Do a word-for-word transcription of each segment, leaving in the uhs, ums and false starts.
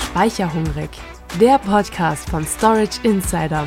Speicherhungrig, der Podcast von Storage Insider.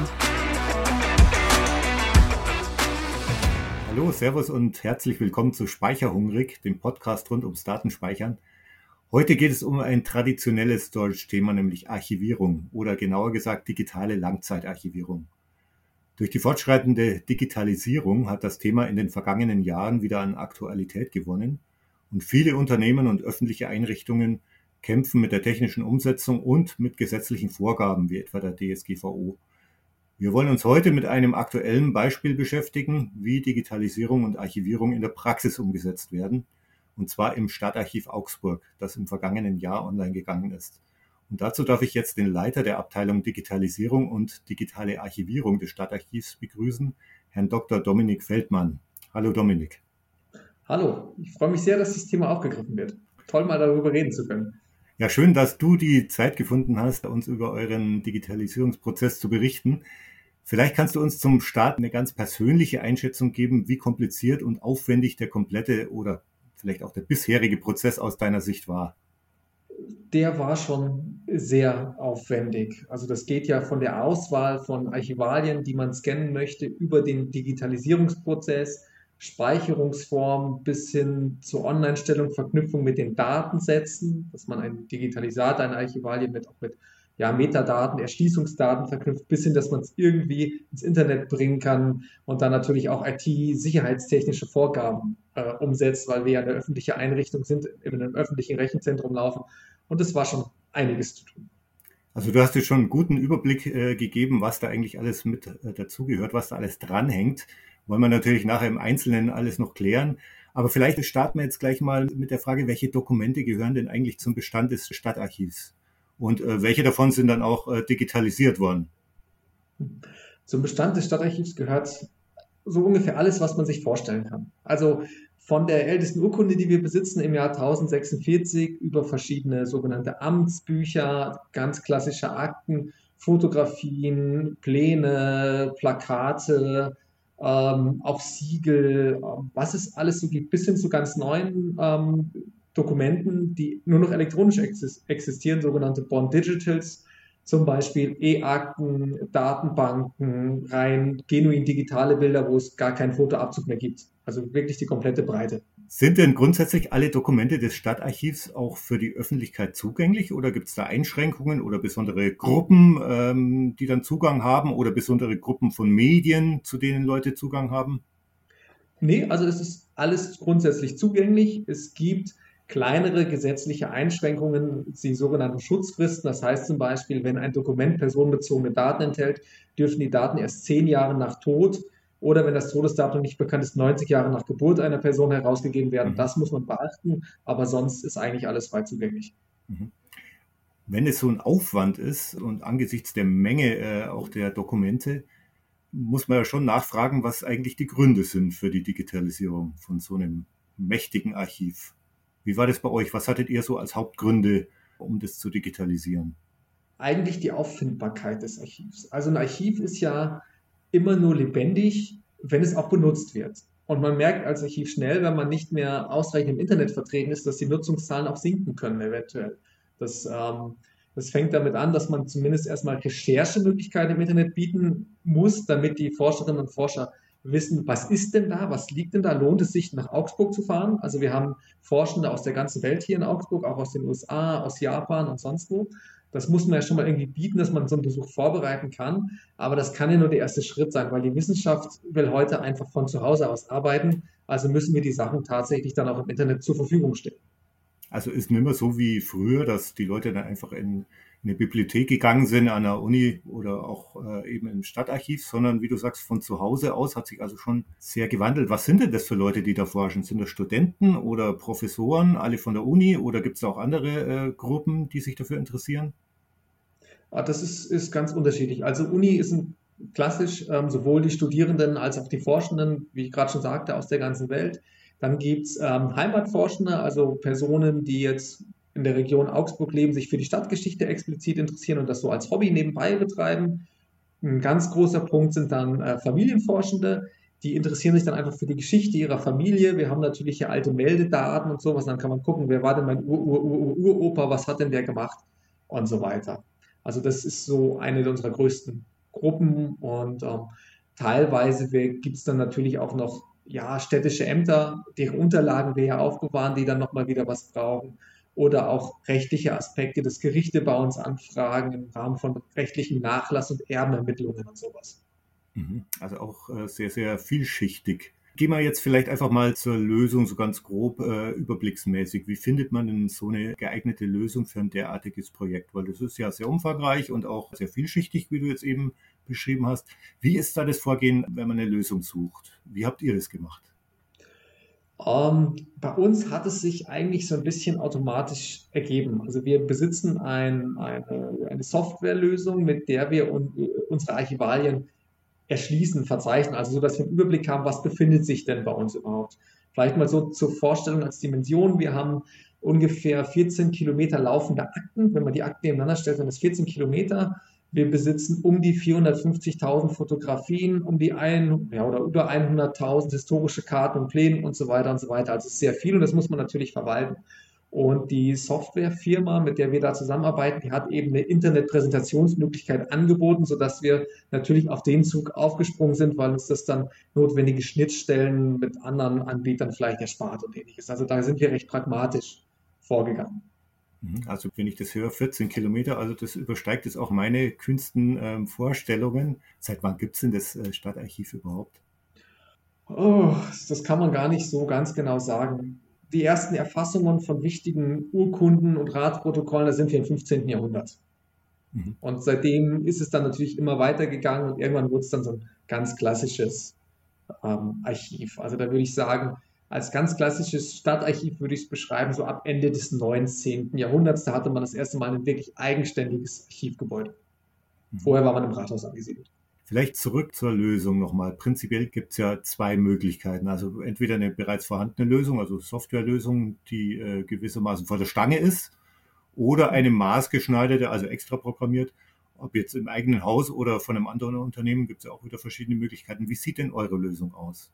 Hallo, Servus und herzlich willkommen zu Speicherhungrig, dem Podcast rund ums Datenspeichern. Heute geht es um ein traditionelles Storage-Thema, nämlich Archivierung oder genauer gesagt digitale Langzeitarchivierung. Durch die fortschreitende Digitalisierung hat das Thema in den vergangenen Jahren wieder an Aktualität gewonnen und viele Unternehmen und öffentliche Einrichtungen kämpfen mit der technischen Umsetzung und mit gesetzlichen Vorgaben wie etwa der D S G V O. Wir wollen uns heute mit einem aktuellen Beispiel beschäftigen, wie Digitalisierung und Archivierung in der Praxis umgesetzt werden, und zwar im Stadtarchiv Augsburg, das im vergangenen Jahr online gegangen ist. Und dazu darf ich jetzt den Leiter der Abteilung Digitalisierung und digitale Archivierung des Stadtarchivs begrüßen, Herrn Doktor Dominik Feldmann. Hallo Dominik. Hallo, ich freue mich sehr, dass das Thema aufgegriffen wird. Toll, mal darüber reden zu können. Ja, schön, dass du die Zeit gefunden hast, uns über euren Digitalisierungsprozess zu berichten. Vielleicht kannst du uns zum Start eine ganz persönliche Einschätzung geben, wie kompliziert und aufwendig der komplette oder vielleicht auch der bisherige Prozess aus deiner Sicht war. Der war schon sehr aufwendig. Also das geht ja von der Auswahl von Archivalien, die man scannen möchte, über den Digitalisierungsprozess, Speicherungsform bis hin zur Online-Stellung, Verknüpfung mit den Datensätzen, dass man einen Digitalisator, eine Archivalie mit, auch mit ja, Metadaten, Erschließungsdaten verknüpft, bis hin, dass man es irgendwie ins Internet bringen kann und dann natürlich auch I T-sicherheitstechnische Vorgaben äh, umsetzt, weil wir ja eine öffentliche Einrichtung sind, in einem öffentlichen Rechenzentrum laufen, und es war schon einiges zu tun. Also du hast dir schon einen guten Überblick äh, gegeben, was da eigentlich alles mit äh, dazugehört, was da alles dranhängt. Wollen wir natürlich nachher im Einzelnen alles noch klären. Aber vielleicht starten wir jetzt gleich mal mit der Frage, welche Dokumente gehören denn eigentlich zum Bestand des Stadtarchivs? Und äh, welche davon sind dann auch äh, digitalisiert worden? Zum Bestand des Stadtarchivs gehört so ungefähr alles, was man sich vorstellen kann. Also von der ältesten Urkunde, die wir besitzen im Jahr tausendsechsundvierzig, über verschiedene sogenannte Amtsbücher, ganz klassische Akten, Fotografien, Pläne, Plakate, ähm, auch Siegel, was es alles so gibt, bis hin zu ganz neuen ähm, Dokumenten, die nur noch elektronisch existieren, sogenannte Born Digitals, zum Beispiel E-Akten, Datenbanken, rein genuin digitale Bilder, wo es gar keinen Fotoabzug mehr gibt. Also wirklich die komplette Breite. Sind denn grundsätzlich alle Dokumente des Stadtarchivs auch für die Öffentlichkeit zugänglich oder gibt es da Einschränkungen oder besondere Gruppen, ähm, die dann Zugang haben oder besondere Gruppen von Medien, zu denen Leute Zugang haben? Nee, also es ist alles grundsätzlich zugänglich. Es gibt kleinere gesetzliche Einschränkungen, die sogenannten Schutzfristen. Das heißt zum Beispiel, wenn ein Dokument personenbezogene Daten enthält, dürfen die Daten erst zehn Jahre nach Tod oder wenn das Todesdatum nicht bekannt ist, neunzig Jahre nach Geburt einer Person herausgegeben werden. Mhm. Das muss man beachten, aber sonst ist eigentlich alles frei zugänglich. Mhm. Wenn es so ein Aufwand ist und angesichts der Menge äh, auch der Dokumente, muss man ja schon nachfragen, was eigentlich die Gründe sind für die Digitalisierung von so einem mächtigen Archiv. Wie war das bei euch? Was hattet ihr so als Hauptgründe, um das zu digitalisieren? Eigentlich die Auffindbarkeit des Archivs. Also ein Archiv ist ja immer nur lebendig, wenn es auch benutzt wird. Und man merkt als Archiv schnell, wenn man nicht mehr ausreichend im Internet vertreten ist, dass die Nutzungszahlen auch sinken können eventuell. Das, ähm, das fängt damit an, dass man zumindest erstmal Recherchemöglichkeiten im Internet bieten muss, damit die Forscherinnen und Forscher wissen, was ist denn da, was liegt denn da, lohnt es sich nach Augsburg zu fahren? Also wir haben Forschende aus der ganzen Welt hier in Augsburg, auch aus den U S A, aus Japan und sonst wo. Das muss man ja schon mal irgendwie bieten, dass man so einen Besuch vorbereiten kann, aber das kann ja nur der erste Schritt sein, weil die Wissenschaft will heute einfach von zu Hause aus arbeiten, also müssen wir die Sachen tatsächlich dann auch im Internet zur Verfügung stellen. Also ist nicht mehr so wie früher, dass die Leute dann einfach in eine Bibliothek gegangen sind, an der Uni oder auch äh, eben im Stadtarchiv, sondern wie du sagst, von zu Hause aus hat sich also schon sehr gewandelt. Was sind denn das für Leute, die da forschen? Sind das Studenten oder Professoren, alle von der Uni, oder gibt es auch andere äh, Gruppen, die sich dafür interessieren? Das ist, ist ganz unterschiedlich. Also Uni ist ein klassisch ähm, sowohl die Studierenden als auch die Forschenden, wie ich gerade schon sagte, aus der ganzen Welt. Dann gibt es ähm, Heimatforschende, also Personen, die jetzt in der Region Augsburg leben, sich für die Stadtgeschichte explizit interessieren und das so als Hobby nebenbei betreiben. Ein ganz großer Punkt sind dann äh, Familienforschende, die interessieren sich dann einfach für die Geschichte ihrer Familie. Wir haben natürlich hier alte Meldedaten und sowas, dann kann man gucken, wer war denn mein Ur-Ur-Ur-Uropa, was hat denn der gemacht? und so weiter. Also das ist so eine unserer größten Gruppen und ähm, teilweise gibt es dann natürlich auch noch ja, städtische Ämter, deren Unterlagen wir ja aufbewahren, die dann nochmal wieder was brauchen. Oder auch rechtliche Aspekte, dass Gerichte bei uns anfragen im Rahmen von rechtlichen Nachlass- und Erbenermittlungen und sowas. Also auch äh, sehr, sehr vielschichtig. Gehen wir jetzt vielleicht einfach mal zur Lösung, so ganz grob äh, überblicksmäßig. Wie findet man denn so eine geeignete Lösung für ein derartiges Projekt? Weil das ist ja sehr umfangreich und auch sehr vielschichtig, wie du jetzt eben beschrieben hast. Wie ist da das Vorgehen, wenn man eine Lösung sucht? Wie habt ihr das gemacht? Ähm, bei uns hat es sich eigentlich so ein bisschen automatisch ergeben. Also wir besitzen ein, eine, eine Softwarelösung, mit der wir un, unsere Archivalien erschließen, verzeichnen, also so, dass wir einen Überblick haben, was befindet sich denn bei uns überhaupt. Vielleicht mal so zur Vorstellung als Dimension. Wir haben ungefähr vierzehn Kilometer laufende Akten. Wenn man die Akten nebeneinander stellt, sind das vierzehn Kilometer. Wir besitzen um die vierhundertfünfzigtausend Fotografien, um die ein, ja, oder über hunderttausend historische Karten und Pläne und so weiter und so weiter. Also es ist sehr viel und das muss man natürlich verwalten. Und die Softwarefirma, mit der wir da zusammenarbeiten, die hat eben eine Internetpräsentationsmöglichkeit angeboten, sodass wir natürlich auf den Zug aufgesprungen sind, weil uns das dann notwendige Schnittstellen mit anderen Anbietern vielleicht erspart und ähnliches. Also da sind wir recht pragmatisch vorgegangen. Also wenn ich das höre, vierzehn Kilometer, also das übersteigt jetzt auch meine kühnsten ähm, Vorstellungen. Seit wann gibt es denn das äh, Stadtarchiv überhaupt? Oh, das kann man gar nicht so ganz genau sagen. Die ersten Erfassungen von wichtigen Urkunden und Ratsprotokollen, da sind wir im fünfzehnten Jahrhundert. Mhm. Und seitdem ist es dann natürlich immer weitergegangen und irgendwann wurde es dann so ein ganz klassisches ähm, Archiv. Also da würde ich sagen, als ganz klassisches Stadtarchiv würde ich es beschreiben, so ab Ende des neunzehnten Jahrhunderts. Da hatte man das erste Mal ein wirklich eigenständiges Archivgebäude. Mhm. Vorher war man im Rathaus angesiedelt. Vielleicht zurück zur Lösung nochmal. Prinzipiell gibt es ja zwei Möglichkeiten. Also entweder eine bereits vorhandene Lösung, also Softwarelösung, die äh, gewissermaßen vor der Stange ist, oder eine maßgeschneiderte, also extra programmiert. Ob jetzt im eigenen Haus oder von einem anderen Unternehmen, gibt es ja auch wieder verschiedene Möglichkeiten. Wie sieht denn eure Lösung aus?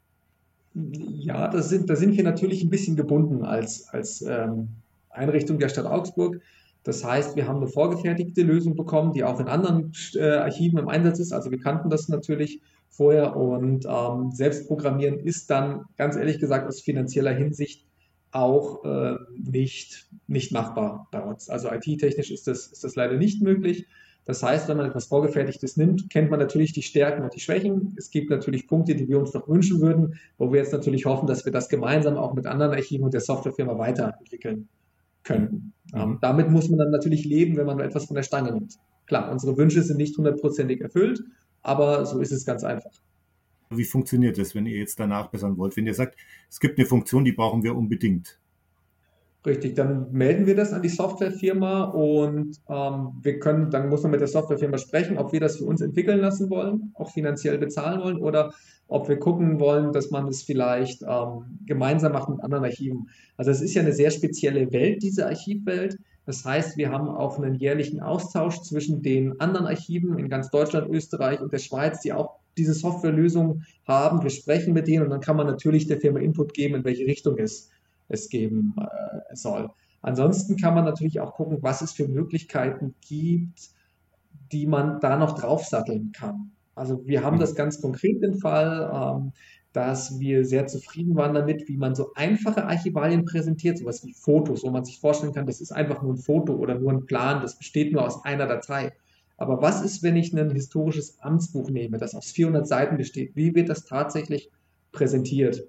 Ja, das sind, da sind wir natürlich ein bisschen gebunden als, als ähm, Einrichtung der Stadt Augsburg. Das heißt, wir haben eine vorgefertigte Lösung bekommen, die auch in anderen äh, Archiven im Einsatz ist. Also wir kannten das natürlich vorher und ähm, selbst programmieren ist dann ganz ehrlich gesagt aus finanzieller Hinsicht auch äh, nicht, nicht machbar bei uns. Also I T-technisch ist das, ist das leider nicht möglich. Das heißt, wenn man etwas Vorgefertigtes nimmt, kennt man natürlich die Stärken und die Schwächen. Es gibt natürlich Punkte, die wir uns noch wünschen würden, wo wir jetzt natürlich hoffen, dass wir das gemeinsam auch mit anderen Archiven und der Softwarefirma weiterentwickeln können. Mhm. Ähm, damit muss man dann natürlich leben, wenn man etwas von der Stange nimmt. Klar, unsere Wünsche sind nicht hundertprozentig erfüllt, aber so ist es ganz einfach. Wie funktioniert das, wenn ihr jetzt danach bessern wollt? Wenn ihr sagt, es gibt eine Funktion, die brauchen wir unbedingt. Richtig, dann melden wir das an die Softwarefirma und ähm, wir können, dann muss man mit der Softwarefirma sprechen, ob wir das für uns entwickeln lassen wollen, auch finanziell bezahlen wollen oder ob wir gucken wollen, dass man es vielleicht ähm, gemeinsam macht mit anderen Archiven. Also es ist ja eine sehr spezielle Welt, diese Archivwelt. Das heißt, wir haben auch einen jährlichen Austausch zwischen den anderen Archiven in ganz Deutschland, Österreich und der Schweiz, die auch diese Softwarelösung haben. Wir sprechen mit denen und dann kann man natürlich der Firma Input geben, in welche Richtung es es geben äh, soll. Ansonsten kann man natürlich auch gucken, was es für Möglichkeiten gibt, die man da noch draufsatteln kann. Also wir haben das ganz konkret den Fall, ähm, dass wir sehr zufrieden waren damit, wie man so einfache Archivalien präsentiert, sowas wie Fotos, wo man sich vorstellen kann, das ist einfach nur ein Foto oder nur ein Plan, das besteht nur aus einer Datei. Aber was ist, wenn ich ein historisches Amtsbuch nehme, das aus vierhundert Seiten besteht? Wie wird das tatsächlich präsentiert?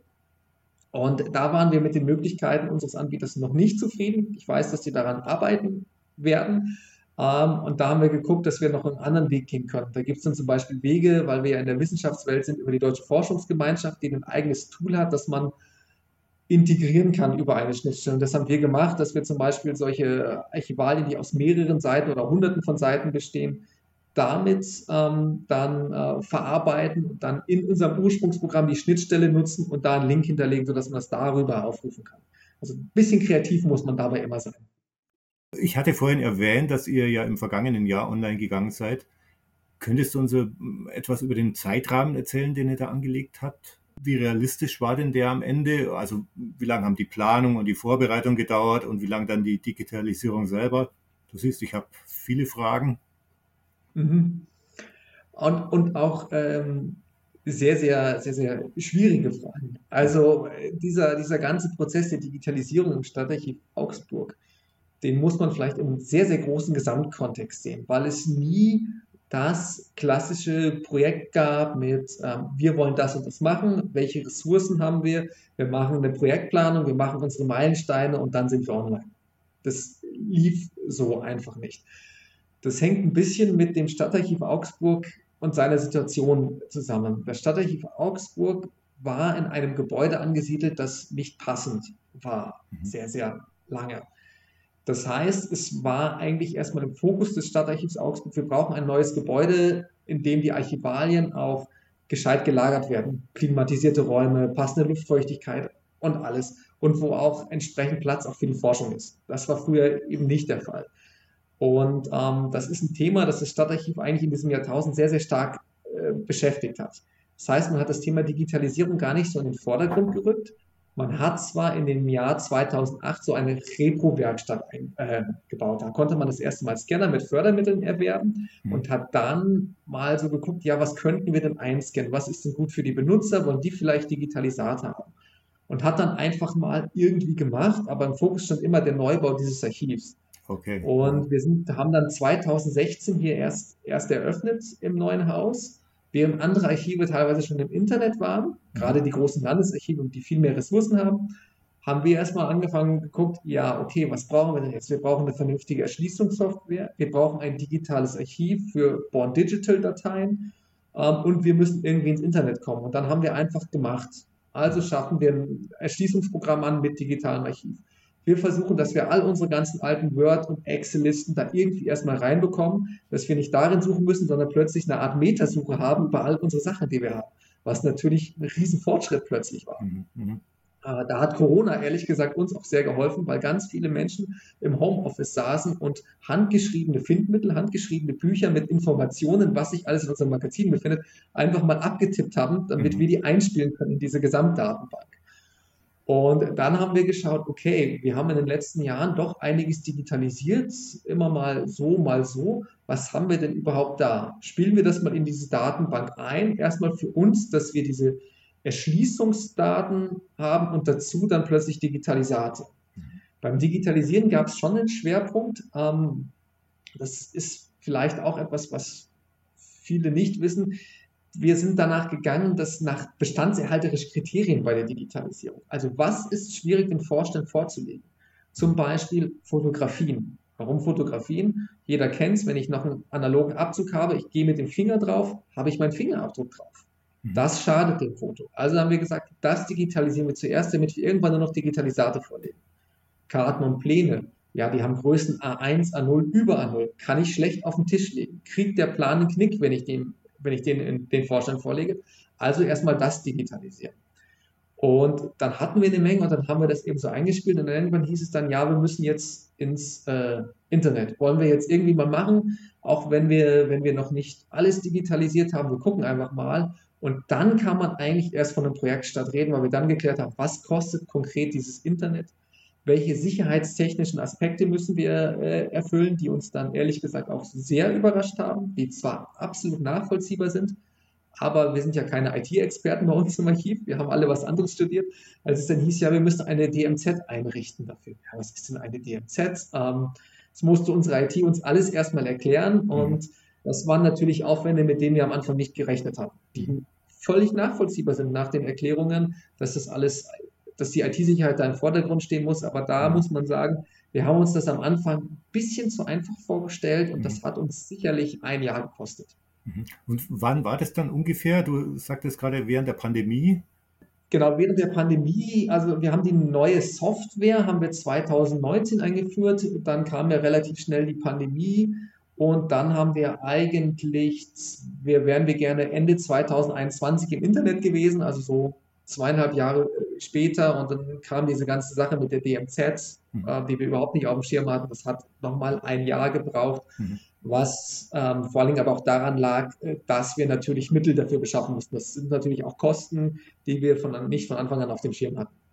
Und da waren wir mit den Möglichkeiten unseres Anbieters noch nicht zufrieden. Ich weiß, dass die daran arbeiten werden. Und da haben wir geguckt, dass wir noch einen anderen Weg gehen können. Da gibt es dann zum Beispiel Wege, weil wir ja in der Wissenschaftswelt sind, über die Deutsche Forschungsgemeinschaft, die ein eigenes Tool hat, das man integrieren kann über eine Schnittstelle. Und das haben wir gemacht, dass wir zum Beispiel solche Archivalien, die aus mehreren Seiten oder Hunderten von Seiten bestehen, damit ähm, dann äh, verarbeiten und dann in unserem Ursprungsprogramm die Schnittstelle nutzen und da einen Link hinterlegen, sodass man das darüber aufrufen kann. Also ein bisschen kreativ muss man dabei immer sein. Ich hatte vorhin erwähnt, dass ihr ja im vergangenen Jahr online gegangen seid. Könntest du uns etwas über den Zeitrahmen erzählen, den ihr da angelegt habt? Wie realistisch war denn der am Ende? Also wie lange haben die Planung und die Vorbereitung gedauert und wie lange dann die Digitalisierung selber? Du siehst, ich habe viele Fragen. Mhm. Und, und auch ähm, sehr, sehr, sehr, sehr schwierige Fragen. Also äh, dieser, dieser ganze Prozess der Digitalisierung im Stadtarchiv Augsburg, den muss man vielleicht im sehr, sehr großen Gesamtkontext sehen, weil es nie das klassische Projekt gab mit, ähm, wir wollen das und das machen, welche Ressourcen haben wir, wir machen eine Projektplanung, wir machen unsere Meilensteine und dann sind wir online. Das lief so einfach nicht. Das hängt ein bisschen mit dem Stadtarchiv Augsburg und seiner Situation zusammen. Das Stadtarchiv Augsburg war in einem Gebäude angesiedelt, das nicht passend war, sehr, sehr lange. Das heißt, es war eigentlich erstmal im Fokus des Stadtarchivs Augsburg, wir brauchen ein neues Gebäude, in dem die Archivalien auch gescheit gelagert werden. Klimatisierte Räume, passende Luftfeuchtigkeit und alles. Und wo auch entsprechend Platz auch für die Forschung ist. Das war früher eben nicht der Fall. Und ähm, das ist ein Thema, das das Stadtarchiv eigentlich in diesem Jahrtausend sehr, sehr stark äh, beschäftigt hat. Das heißt, man hat das Thema Digitalisierung gar nicht so in den Vordergrund gerückt. Man hat zwar in dem Jahr zweitausendacht so eine Repro-Werkstatt eingebaut. Äh, da konnte man das erste Mal Scanner mit Fördermitteln erwerben und hat dann mal so geguckt, ja, was könnten wir denn einscannen? Was ist denn gut für die Benutzer? Wollen die vielleicht Digitalisator haben? Und hat dann einfach mal irgendwie gemacht, aber im Fokus stand immer der Neubau dieses Archivs. Okay. Und wir sind, haben dann zweitausendsechzehn hier erst, erst eröffnet im neuen Haus, während andere Archive teilweise schon im Internet waren, gerade die großen Landesarchive, die viel mehr Ressourcen haben, haben wir erstmal angefangen geguckt, ja, okay, was brauchen wir denn jetzt? Wir brauchen eine vernünftige Erschließungssoftware, wir brauchen ein digitales Archiv für Born-Digital-Dateien ähm, und wir müssen irgendwie ins Internet kommen. Und dann haben wir einfach gemacht, also schaffen wir ein Erschließungsprogramm an mit digitalem Archiv. Wir versuchen, dass wir all unsere ganzen alten Word- und Excel-Listen da irgendwie erstmal reinbekommen, dass wir nicht darin suchen müssen, sondern plötzlich eine Art Metasuche haben über all unsere Sachen, die wir haben. Was natürlich ein riesen Fortschritt plötzlich war. Mhm. Äh, da hat Corona ehrlich gesagt uns auch sehr geholfen, weil ganz viele Menschen im Homeoffice saßen und handgeschriebene Findmittel, handgeschriebene Bücher mit Informationen, was sich alles in unserem Magazin befindet, einfach mal abgetippt haben, damit mhm. wir die einspielen können in diese Gesamtdatenbank. Und dann haben wir geschaut, okay, wir haben in den letzten Jahren doch einiges digitalisiert, immer mal so, mal so. Was haben wir denn überhaupt da? Spielen wir das mal in diese Datenbank ein, erstmal für uns, dass wir diese Erschließungsdaten haben und dazu dann plötzlich Digitalisator. Mhm. Beim Digitalisieren gab es schon einen Schwerpunkt. Ähm, das ist vielleicht auch etwas, was viele nicht wissen. Wir sind danach gegangen, dass nach bestandserhalterischen Kriterien bei der Digitalisierung. Also was ist schwierig den Forschenden vorzulegen? Zum Beispiel Fotografien. Warum Fotografien? Jeder kennt es, wenn ich noch einen analogen Abzug habe, ich gehe mit dem Finger drauf, habe ich meinen Fingerabdruck drauf. Das schadet dem Foto. Also haben wir gesagt, das digitalisieren wir zuerst, damit wir irgendwann nur noch Digitalisator vorlegen. Karten und Pläne. Ja, die haben Größen A eins, A null, über A null. Kann ich schlecht auf den Tisch legen. Kriegt der Plan einen Knick, wenn ich den wenn ich den in den Vorstand vorlege. Also erstmal das digitalisieren. Und dann hatten wir eine Menge und dann haben wir das eben so eingespielt und dann irgendwann hieß es dann, ja, wir müssen jetzt ins äh, Internet. Wollen wir jetzt irgendwie mal machen, auch wenn wir, wenn wir noch nicht alles digitalisiert haben, wir gucken einfach mal. Und dann kann man eigentlich erst von einem Projektstart reden, weil wir dann geklärt haben, was kostet konkret dieses Internet, welche sicherheitstechnischen Aspekte müssen wir äh, erfüllen, die uns dann ehrlich gesagt auch sehr überrascht haben, die zwar absolut nachvollziehbar sind, aber wir sind ja keine I T-Experten bei uns im Archiv, wir haben alle was anderes studiert, als es dann hieß, ja, wir müssen eine D M Z einrichten dafür. Ja, was ist denn eine D M Z? Ähm, das musste unsere I T uns alles erstmal erklären und mhm. das waren natürlich Aufwände, mit denen wir am Anfang nicht gerechnet haben, die völlig nachvollziehbar sind nach den Erklärungen, dass das alles, dass die I T-Sicherheit da im Vordergrund stehen muss, aber da mhm. muss man sagen, wir haben uns das am Anfang ein bisschen zu einfach vorgestellt und mhm. das hat uns sicherlich ein Jahr gekostet. Und wann war das dann ungefähr? Du sagtest gerade während der Pandemie. Genau, während der Pandemie, also wir haben die neue Software, haben wir zweitausendneunzehn eingeführt, dann kam ja relativ schnell die Pandemie und dann haben wir eigentlich, wir wären wir gerne Ende zweitausendeinundzwanzig im Internet gewesen, also so zweieinhalb Jahre später und dann kam diese ganze Sache mit der D M Z, mhm. äh, die wir überhaupt nicht auf dem Schirm hatten, das hat nochmal ein Jahr gebraucht. Mhm. Was ähm, vor allen Dingen aber auch daran lag, dass wir natürlich Mittel dafür beschaffen mussten. Das sind natürlich auch Kosten, die wir von, nicht von Anfang an auf dem Schirm hatten.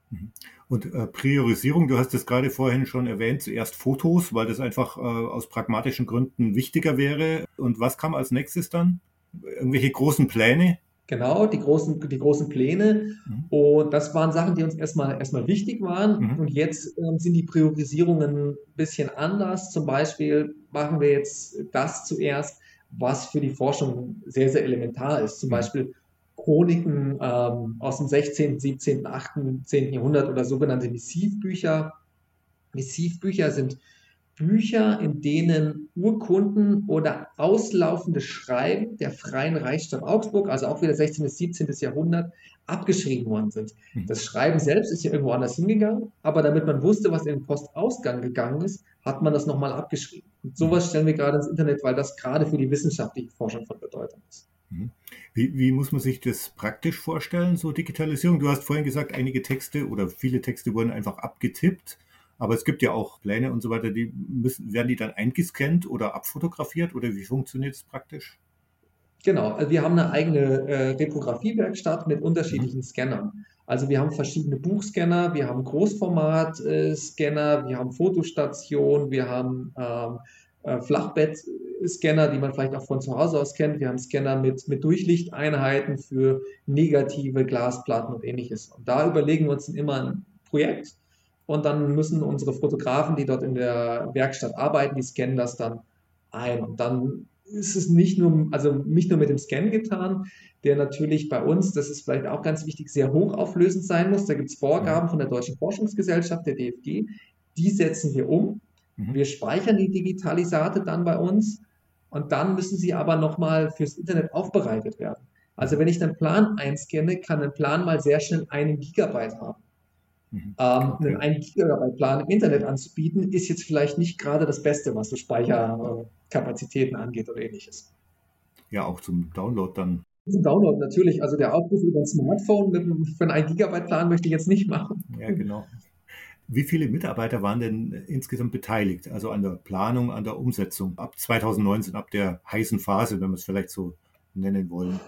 Und äh, Priorisierung, du hast es gerade vorhin schon erwähnt, zuerst Fotos, weil das einfach äh, aus pragmatischen Gründen wichtiger wäre. Und was kam als nächstes dann? Irgendwelche großen Pläne? Genau, die großen, die großen Pläne. Mhm. Und das waren Sachen, die uns erstmal, erstmal wichtig waren. Mhm. Und jetzt ähm, sind die Priorisierungen ein bisschen anders. Zum Beispiel machen wir jetzt das zuerst, was für die Forschung sehr, sehr elementar ist. Zum Mhm. Beispiel Chroniken ähm, aus dem sechzehnten., siebzehnten., achtzehnten. Jahrhundert oder sogenannte Missivbücher. Missivbücher sind Bücher, in denen Urkunden oder auslaufende Schreiben der Freien Reichsstadt Augsburg, also auch wieder sechzehnten. bis siebzehnten. Jahrhundert, abgeschrieben worden sind. Mhm. Das Schreiben selbst ist ja irgendwo anders hingegangen, aber damit man wusste, was in den Postausgang gegangen ist, hat man das nochmal abgeschrieben. Und sowas stellen wir gerade ins Internet, weil das gerade für die wissenschaftliche Forschung von Bedeutung ist. Wie, wie muss man sich das praktisch vorstellen, so Digitalisierung? Du hast vorhin gesagt, einige Texte oder viele Texte wurden einfach abgetippt. Aber es gibt ja auch Pläne und so weiter, die müssen, werden die dann eingescannt oder abfotografiert oder wie funktioniert es praktisch? Genau, also wir haben eine eigene äh, Reprografiewerkstatt mit unterschiedlichen Scannern. Also wir haben verschiedene Buchscanner, wir haben Großformat-Scanner, äh, wir haben Fotostationen, wir haben ähm, äh, Flachbett-Scanner, die man vielleicht auch von zu Hause aus kennt. Wir haben Scanner mit, mit Durchlichteinheiten für negative Glasplatten und ähnliches. Und da überlegen wir uns immer ein Projekt. Und dann müssen unsere Fotografen, die dort in der Werkstatt arbeiten, die scannen das dann ein. Und dann ist es nicht nur, also nicht nur mit dem Scan getan, der natürlich bei uns, das ist vielleicht auch ganz wichtig, sehr hochauflösend sein muss. Da gibt es Vorgaben von der Deutschen Forschungsgesellschaft, der D F G. Die setzen wir um. Mhm. Wir speichern die Digitalisate dann bei uns und dann müssen sie aber nochmal fürs Internet aufbereitet werden. Also wenn ich einen Plan einscanne, kann ein Plan mal sehr schnell einen Gigabyte haben. Mhm. Ähm, Okay. einen ein Gigabyte Plan im Internet anzubieten, ist jetzt vielleicht nicht gerade das Beste, was so Speicherkapazitäten angeht oder ähnliches. Ja, auch zum Download dann. Zum Download natürlich, also der Aufruf über ein Smartphone mit einem, für einen ein Gigabyte Plan möchte ich jetzt nicht machen. Ja, genau. Wie viele Mitarbeiter waren denn insgesamt beteiligt? Also an der Planung, an der Umsetzung ab zweitausendneunzehn, ab der heißen Phase, wenn wir es vielleicht so nennen wollen?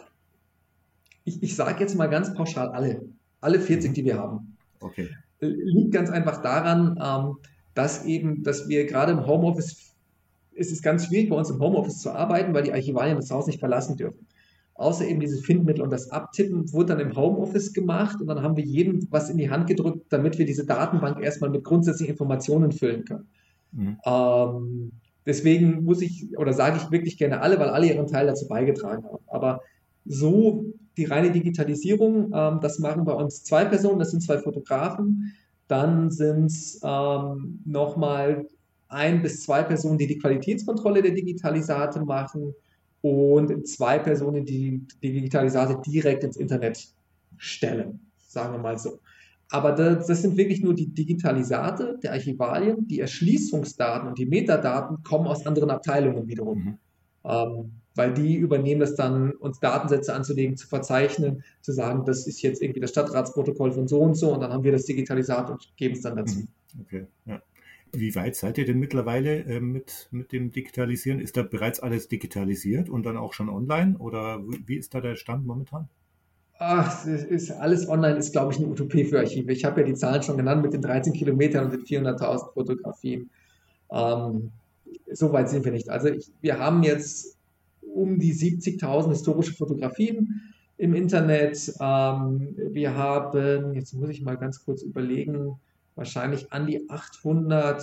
Ich, ich sage jetzt mal ganz pauschal alle. Alle vierzig, Mhm. die wir haben. Okay. Liegt ganz einfach daran, ähm, dass eben, dass wir gerade im Homeoffice, es ist ganz schwierig bei uns im Homeoffice zu arbeiten, weil die Archivalien das Haus nicht verlassen dürfen. Außer eben diese Findmittel und das Abtippen wurde dann im Homeoffice gemacht und dann haben wir jedem was in die Hand gedrückt, damit wir diese Datenbank erstmal mit grundsätzlichen Informationen füllen können. Mhm. Ähm, deswegen muss ich oder sage ich wirklich gerne alle, weil alle ihren Teil dazu beigetragen haben. Aber so die reine Digitalisierung, ähm, das machen bei uns zwei Personen, das sind zwei Fotografen. Dann sind es ähm, nochmal ein bis zwei Personen, die die Qualitätskontrolle der Digitalisate machen und zwei Personen, die die Digitalisate direkt ins Internet stellen, sagen wir mal so. Aber das, das sind wirklich nur die Digitalisate der Archivalien, die Erschließungsdaten und die Metadaten kommen aus anderen Abteilungen wiederum. Mhm. Ähm, weil die übernehmen das dann, uns Datensätze anzulegen, zu verzeichnen, zu sagen, das ist jetzt irgendwie das Stadtratsprotokoll von so und so und dann haben wir das Digitalisat und geben es dann dazu. Mhm. Okay, ja. Wie weit seid ihr denn mittlerweile äh, mit, mit dem Digitalisieren? Ist da bereits alles digitalisiert und dann auch schon online? Oder wie ist da der Stand momentan? Ach, es ist alles online, ist, glaube ich, eine Utopie für Archive. Ich habe ja die Zahlen schon genannt mit den dreizehn Kilometern und den vierhunderttausend Fotografien. Ähm, so weit sind wir nicht. Also ich, wir haben jetzt um die siebzigtausend historische Fotografien im Internet. Ähm, wir haben, jetzt muss ich mal ganz kurz überlegen, wahrscheinlich an die achthundert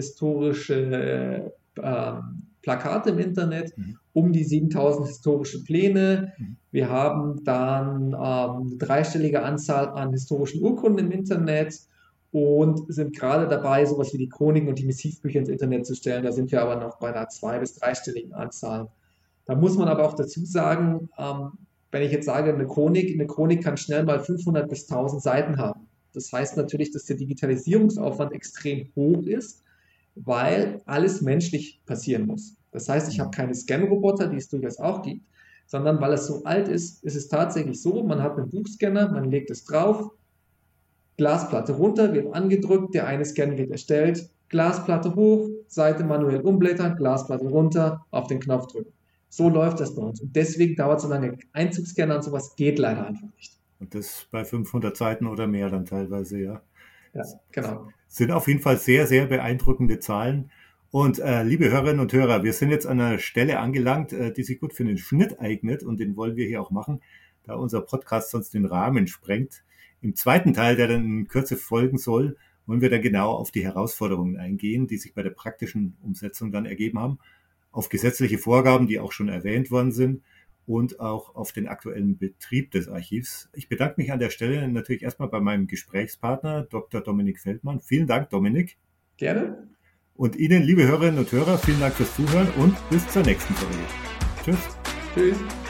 historische ähm, Plakate im Internet, Mhm. um die siebentausend historische Pläne. Mhm. Wir haben dann ähm, eine dreistellige Anzahl an historischen Urkunden im Internet und sind gerade dabei, sowas wie die Chroniken und die Missivbücher ins Internet zu stellen. Da sind wir aber noch bei einer zwei- bis dreistelligen Anzahl. Da muss man aber auch dazu sagen, ähm, wenn ich jetzt sage, eine Chronik, eine Chronik kann schnell mal fünfhundert bis tausend Seiten haben. Das heißt natürlich, dass der Digitalisierungsaufwand extrem hoch ist, weil alles menschlich passieren muss. Das heißt, ich habe keine Scan-Roboter, die es durchaus auch gibt, sondern weil es so alt ist, ist es tatsächlich so, man hat einen Buchscanner, man legt es drauf, Glasplatte runter, wird angedrückt, der eine Scan wird erstellt, Glasplatte hoch, Seite manuell umblättern, Glasplatte runter, auf den Knopf drücken. So läuft das bei uns. Und deswegen dauert es so lange. Einzugsscanner und sowas geht leider einfach nicht. Und das bei fünfhundert Seiten oder mehr dann teilweise, ja. Ja, genau. Sind auf jeden Fall sehr, sehr beeindruckende Zahlen. Und äh, liebe Hörerinnen und Hörer, wir sind jetzt an einer Stelle angelangt, äh, die sich gut für den Schnitt eignet und den wollen wir hier auch machen, da unser Podcast sonst den Rahmen sprengt. Im zweiten Teil, der dann in Kürze folgen soll, wollen wir dann genau auf die Herausforderungen eingehen, die sich bei der praktischen Umsetzung dann ergeben haben, auf gesetzliche Vorgaben, die auch schon erwähnt worden sind und auch auf den aktuellen Betrieb des Archivs. Ich bedanke mich an der Stelle natürlich erstmal bei meinem Gesprächspartner, Doktor Dominik Feldmann. Vielen Dank, Dominik. Gerne. Und Ihnen, liebe Hörerinnen und Hörer, vielen Dank fürs Zuhören und bis zur nächsten Folge. Tschüss. Tschüss.